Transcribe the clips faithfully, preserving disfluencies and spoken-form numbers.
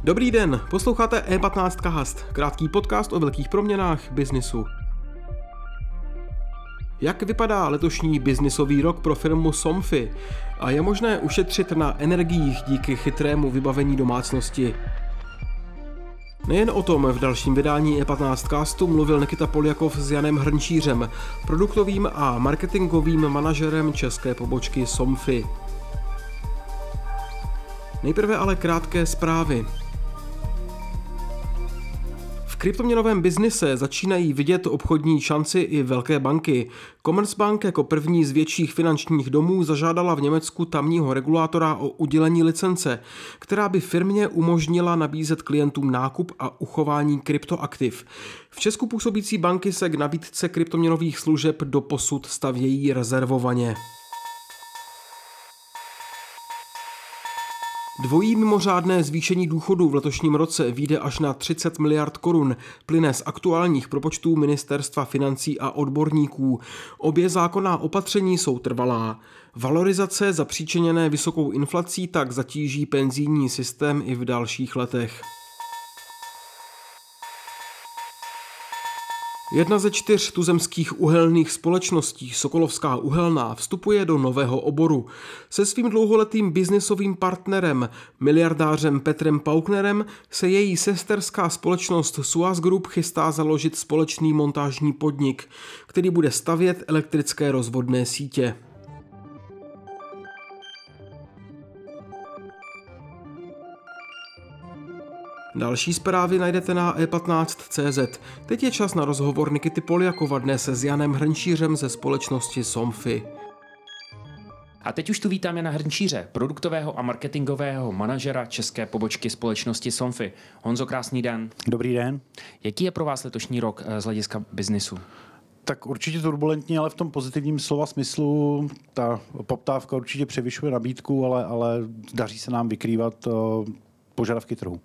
Dobrý den, posloucháte E patnáct Cast, krátký podcast o velkých proměnách biznisu. Jak vypadá letošní biznisový rok pro firmu Somfy a je možné ušetřit na energiích díky chytrému vybavení domácnosti? Nejen o tom v dalším vydání E patnáct Castu mluvil Nikita Poljakov s Janem Hrnčířem, produktovým a marketingovým manažerem české pobočky Somfy. Nejprve ale krátké zprávy. V kryptoměnovém biznise začínají vidět obchodní šanci i velké banky. Commerzbank jako první z větších finančních domů zažádala v Německu tamního regulátora o udělení licence, která by firmě umožnila nabízet klientům nákup a uchování kryptoaktiv. V Česku působící banky se k nabídce kryptoměnových služeb doposud stavějí rezervovaně. Dvojí mimořádné zvýšení důchodů v letošním roce vyjde až na třicet miliard korun, plyne z aktuálních propočtů Ministerstva financí a odborníků. Obě zákonná opatření jsou trvalá. Valorizace zapříčiněné vysokou inflací tak zatíží penzijní systém i v dalších letech. Jedna ze čtyř tuzemských uhelných společností, Sokolovská uhelná, vstupuje do nového oboru. Se svým dlouholetým biznisovým partnerem, miliardářem Petrem Pauknerem, se její sesterská společnost Suaz Group chystá založit společný montážní podnik, který bude stavět elektrické rozvodné sítě. Další zprávy najdete na e patnáct tečka cé zet. Teď je čas na rozhovor Nikity Poljakova dnes s Janem Hrnčířem ze společnosti Somfy. A teď už tu vítám Jana Hrnčíře, produktového a marketingového manažera české pobočky společnosti Somfy. Honzo, krásný den. Dobrý den. Jaký je pro vás letošní rok z hlediska biznisu? Tak určitě turbulentní, ale v tom pozitivním slova smyslu. Ta poptávka určitě převyšuje nabídku, ale, ale daří se nám vykrývat uh, požadavky trhu.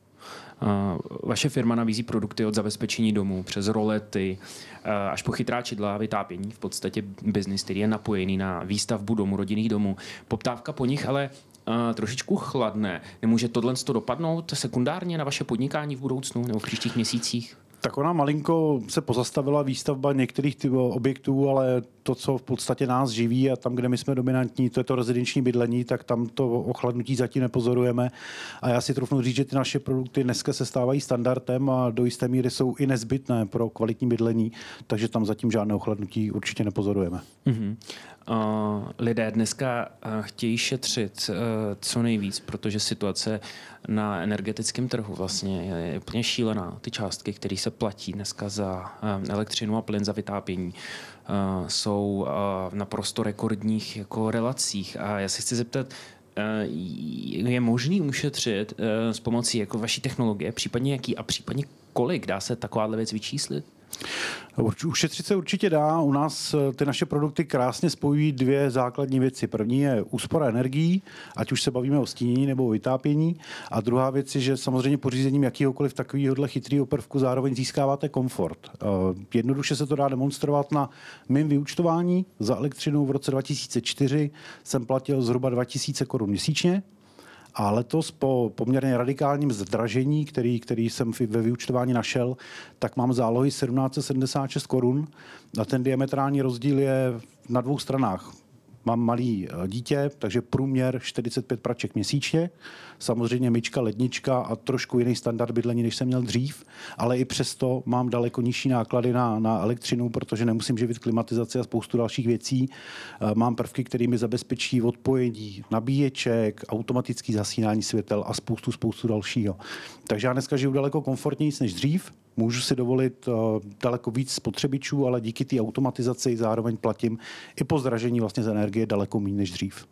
Vaše firma nabízí produkty od zabezpečení domů přes rolety až po chytrá čidla a vytápění, v podstatě biznis, který je napojený na výstavbu domů, rodinných domů. Poptávka po nich ale uh, trošičku chladne. Nemůže tohle dopadnout sekundárně na vaše podnikání v budoucnu nebo v příštích měsících? Tak ona malinko se pozastavila výstavba některých objektů, ale to, co v podstatě nás živí a tam, kde my jsme dominantní, to je to rezidenční bydlení, tak tam to ochladnutí zatím nepozorujeme. A já si trufnu říct, že ty naše produkty dneska se stávají standardem a do jisté míry jsou i nezbytné pro kvalitní bydlení, takže tam zatím žádné ochladnutí určitě nepozorujeme. Mm-hmm. Uh, lidé dneska uh, chtějí šetřit uh, co nejvíc, protože situace na energetickém trhu vlastně je úplně šílená. Ty částky, které se platí dneska za uh, elektřinu a plyn, za vytápění, uh, jsou uh, v naprosto rekordních jako relacích. A já se chci zeptat, uh, je možný ušetřit uh, s pomocí jako vaší technologie, případně jaký a případně kolik? Dá se takováhle věc vyčíslit? Ušetřit se určitě dá. U nás ty naše produkty krásně spojují dvě základní věci. První je úspora energií, ať už se bavíme o stínění nebo o vytápění. A druhá věc je, že samozřejmě pořízením jakýhokoliv takového chytrého prvku zároveň získáváte komfort. Jednoduše se to dá demonstrovat na mým vyúčtování. Za elektřinu v roce dva tisíce čtyři jsem platil zhruba dva tisíce korun měsíčně. A letos po poměrně radikálním zdražení, který, který jsem ve vyúčtování našel, tak mám zálohy sedmnáct set sedmdesát šest korun a ten diametrální rozdíl je na dvou stranách. Mám malý dítě, takže průměr čtyřicet pět praček měsíčně. Samozřejmě myčka, lednička a trošku jiný standard bydlení, než jsem měl dřív, ale i přesto mám daleko nižší náklady na, na elektřinu, protože nemusím živit klimatizaci a spoustu dalších věcí. Mám prvky, které mi zabezpečí odpojení nabíječek, automatický zasínání světel a spoustu, spoustu dalšího. Takže já dneska žiju daleko komfortněji než dřív. Můžu si dovolit uh, daleko víc spotřebičů, ale díky té automatizaci zároveň platím i po zdražení vlastně z energie daleko méně než dřív.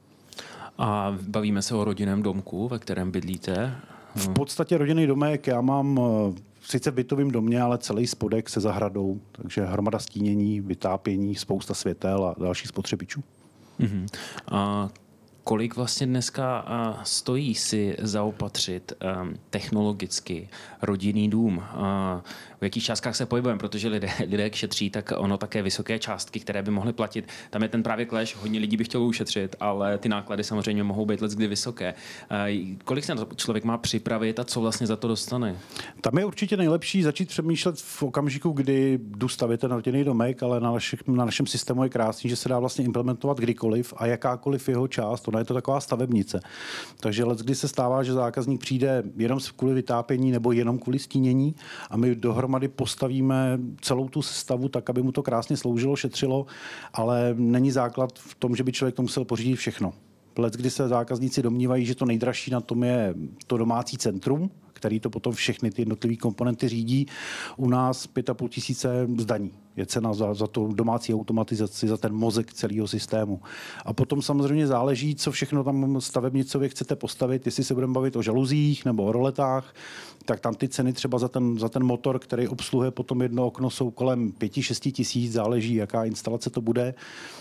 A bavíme se o rodinném domku, ve kterém bydlíte? V podstatě rodinný domek já mám uh, sice v bytovém domě, ale celý spodek se zahradou, takže hromada stínění, vytápění, spousta světel a dalších spotřebičů. Uh-huh. A kolik vlastně dneska uh, stojí si zaopatřit um, technologicky rodinný dům? Uh, o jakých částkách se pohybujeme, protože lidé, lidé jak šetří, tak ono také vysoké částky, které by mohly platit. Tam je ten právě clash, hodně lidí by chtělo ušetřit, ale ty náklady samozřejmě mohou být leckdy vysoké. Kolik se člověk má připravit a co vlastně za to dostane? Tam je určitě nejlepší začít přemýšlet v okamžiku, kdy jdu stavět ten rodinný domek, ale na, naši, na našem systému je krásný, že se dá vlastně implementovat kdykoliv a jakákoliv jeho část. Ona je to taková stavebnice. Takže leckdy se stává, že zákazník přijde jenom kvůli vytápění nebo jenom kvůli stínění a my dohromady postavíme celou tu sestavu tak, aby mu to krásně sloužilo, šetřilo, ale není základ v tom, že by člověk to musel pořídit všechno. Leckdy se zákazníci domnívají, že to nejdražší na tom je to domácí centrum, který to potom všechny ty jednotlivé komponenty řídí. U nás pět a půl tisíce zdaní je cena za, za tu domácí automatizaci, za ten mozek celého systému. A potom samozřejmě záleží, co všechno tam stavebnicově chcete postavit, jestli se budeme bavit o žaluzích nebo o roletách, tak tam ty ceny třeba za ten, za ten motor, který obsluhuje potom jedno okno, jsou kolem pěti, šesti tisíc, záleží, jaká instalace to bude.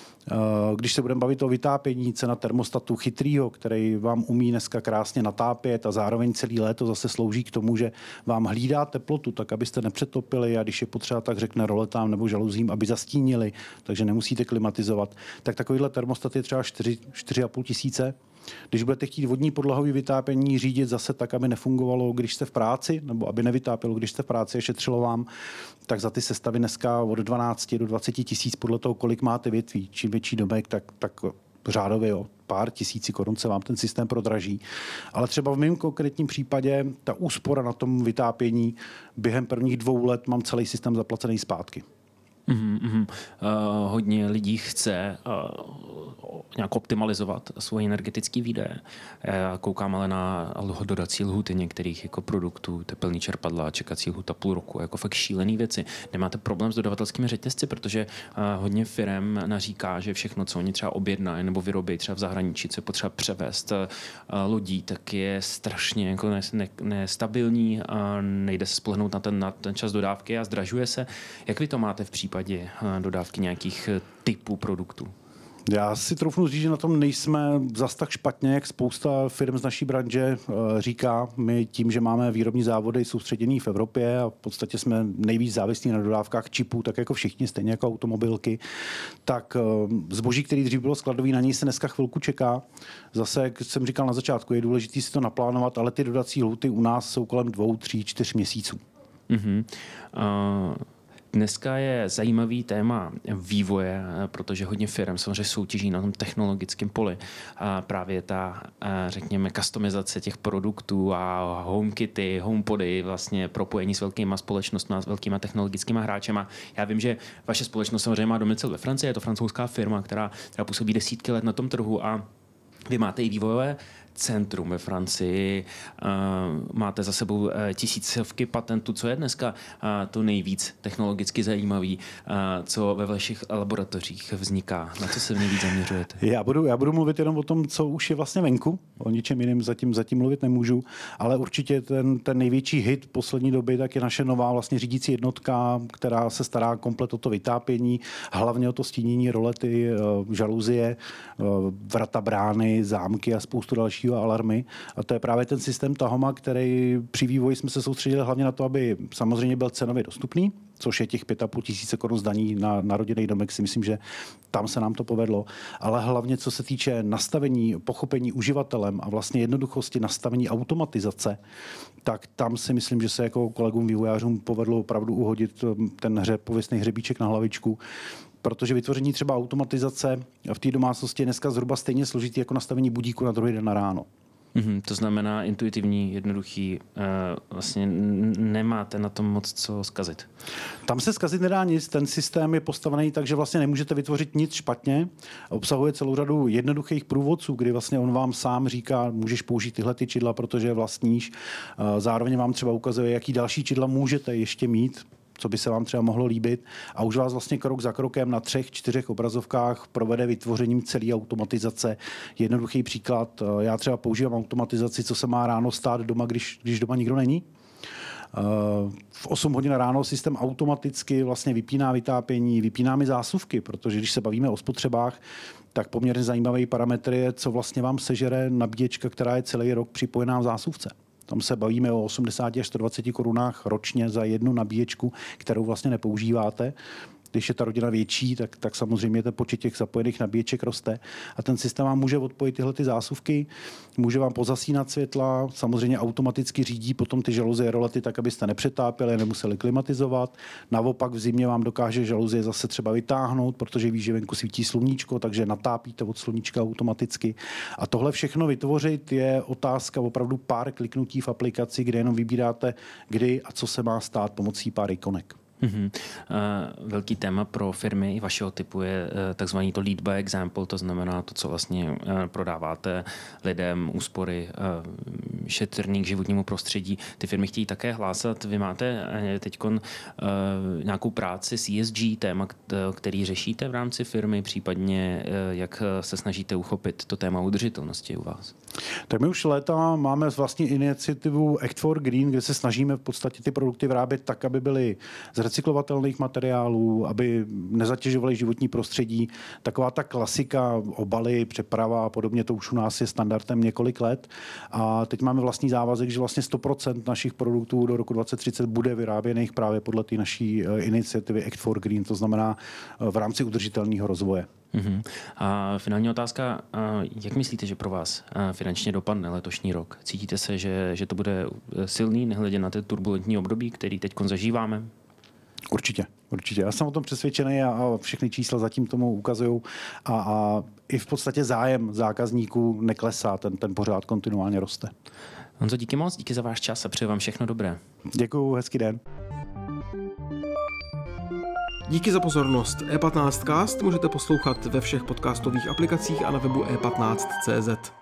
Když se budeme bavit o vytápění, cena termostatu chytrýho, který vám umí dneska krásně natápět a zároveň celý léto zase slouží k tomu, že vám hlídá teplotu, tak abyste nepřetopili a když je potřeba, tak řekne roletám nebo žaluzím, aby zastínili, takže nemusíte klimatizovat. Tak takovýhle termostat je třeba čtyři a půl tisíce. Když budete chtít vodní podlahový vytápění řídit zase tak, aby nefungovalo, když jste v práci, nebo aby nevytápělo, když jste v práci a šetřilo vám, tak za ty sestavy dneska od dvanáct do dvaceti tisíc podle toho, kolik máte větví. Čím větší domek, tak, tak řádově o pár tisíci korun se vám ten systém prodraží. Ale třeba v mém konkrétním případě ta úspora na tom vytápění během prvních dvou let mám celý systém zaplacený zpátky. Mm, mm, uh, hodně lidí chce uh, nějak optimalizovat svoje energetické výdaje. Uh, koukám ale na dodací lhuty některých jako produktů, tepelný čerpadla, čekací lhuta půl roku, jako fakt šílený věci. Nemáte problém s dodavatelskými řetězci, protože uh, hodně firem naříká, že všechno, co oni třeba objednají nebo vyrobí třeba v zahraničí, co je potřeba převést uh, lodí, tak je strašně jako nestabilní a nejde se spolehnout na ten, na ten čas dodávky a zdražuje se. Jak vy to máte v případě dodávky nějakých typů produktů? Já si troufnu říct, že na tom nejsme zas tak špatně, jak spousta firm z naší branže říká. My tím, že máme výrobní závody soustředěný v Evropě a v podstatě jsme nejvíc závislí na dodávkách čipů, tak jako všichni, stejně jako automobilky, tak zboží, který dřív bylo skladový, na něj se dneska chvilku čeká. Zase, jak jsem říkal na začátku, je důležité si to naplánovat, ale ty dodací lhuty u nás jsou kolem dvou, tří, čtyř měsíců. Uh-huh. Uh... Dneska je zajímavý téma vývoje, protože hodně firm samozřejmě soutěží na tom technologickém poli. A právě ta, řekněme, customizace těch produktů a homekity, homepody, vlastně propojení s velkýma společnostmi, s velkýma technologickými hráčema. Já vím, že vaše společnost samozřejmě má domicil ve Francii, je to francouzská firma, která, která působí desítky let na tom trhu a vy máte i vývojové centrum ve Francii, máte za sebou tisícovky patentů, co je dneska to nejvíc technologicky zajímavý, co ve vašich laboratořích vzniká. Na co se nejvíc zaměřujete? Já budu, já budu mluvit jenom o tom, co už je vlastně venku. O ničem jiném zatím, zatím mluvit nemůžu, ale určitě ten, ten největší hit poslední doby tak je naše nová vlastně řídící jednotka, která se stará komplet o to vytápění, hlavně o to stínění, rolety, žaluzie, vrata, brány, zámky a spoustu dalšího alarmy. A to je právě ten systém Tahoma, který při vývoji jsme se soustředili hlavně na to, aby samozřejmě byl cenově dostupný, což je těch pět a půl tisíce korun zdaní na, na rodinný domek, si myslím, že tam se nám to povedlo. Ale hlavně, co se týče nastavení, pochopení uživatelem a vlastně jednoduchosti nastavení automatizace, tak tam si myslím, že se jako kolegům vývojářům povedlo opravdu uhodit ten hře, pověstný hřebíček na hlavičku, protože vytvoření třeba automatizace v té domácnosti je dneska zhruba stejně složitý jako nastavení budíku na druhý den na ráno. Mm-hmm, to znamená intuitivní, jednoduchý, uh, vlastně nemáte na tom moc co zkazit. Tam se zkazit nedá nic, ten systém je postavený tak, že vlastně nemůžete vytvořit nic špatně. Obsahuje celou řadu jednoduchých průvodců, kdy vlastně on vám sám říká, můžeš použít tyhle ty čidla, protože je vlastníš. Uh, zároveň vám třeba ukazuje, jaký další čidla můžete ještě mít, co by se vám třeba mohlo líbit a už vás vlastně krok za krokem na třech, čtyřech obrazovkách provede vytvořením celé automatizace. Jednoduchý příklad, já třeba používám automatizaci, co se má ráno stát doma, když, když doma nikdo není. V osm hodin ráno systém automaticky vlastně vypíná vytápění, vypíná mi zásuvky, protože když se bavíme o spotřebách, tak poměrně zajímavý parametr je, co vlastně vám sežere nabíječka, která je celý rok připojená v zásuvce. Tam se bavíme o osmdesáti až sto dvaceti korunách ročně za jednu nabíječku, kterou vlastně nepoužíváte. Když je ta rodina větší, tak, tak samozřejmě ten počet těch zapojených nabíječek roste. A ten systém vám může odpojit tyhle ty zásuvky, může vám pozasínat světla, samozřejmě automaticky řídí potom ty žaluzie rolety tak, abyste nepřetápěli, nemuseli klimatizovat. Naopak v zimě vám dokáže žaluzie zase třeba vytáhnout, protože ví, že venku svítí sluníčko, takže natápíte od sluníčka automaticky. A tohle všechno vytvořit je otázka opravdu pár kliknutí v aplikaci, kde jenom vybíráte, kdy a co se má stát pomocí pár ikonek. Mm-hmm. Uh, velký téma pro firmy vašeho typu je uh, takzvaný to lead by example, to znamená to, co vlastně uh, prodáváte lidem, úspory, uh, šetrný k životnímu prostředí. Ty firmy chtějí také hlásat. Vy máte uh, teď uh, nějakou práci s E S G téma, který řešíte v rámci firmy, případně uh, jak se snažíte uchopit to téma udržitelnosti u vás? Tak my už léta máme vlastní iniciativu Act for Green, kde se snažíme v podstatě ty produkty vyrábět tak, aby byly z recyklovatelných materiálů, aby nezatěžovaly životní prostředí. Taková ta klasika, obaly, přeprava a podobně, to už u nás je standardem několik let. A teď máme vlastní závazek, že vlastně sto procent našich produktů do roku dvacet třicet bude vyráběných právě podle té naší iniciativy Act for Green, to znamená v rámci udržitelného rozvoje. Uhum. A finální otázka, jak myslíte, že pro vás finančně dopadne letošní rok? Cítíte se, že, že to bude silný, nehledě na ty turbulentní období, který teď zažíváme? Určitě, určitě. Já jsem o tom přesvědčený a, a všechny čísla zatím tomu ukazují a, a i v podstatě zájem zákazníků neklesá, ten, ten pořád kontinuálně roste. Honzo, díky moc, díky za váš čas a přeji vám všechno dobré. Děkuju, hezký den. Díky za pozornost. E patnáct cast můžete poslouchat ve všech podcastových aplikacích a na webu e patnáct tečka cé zet.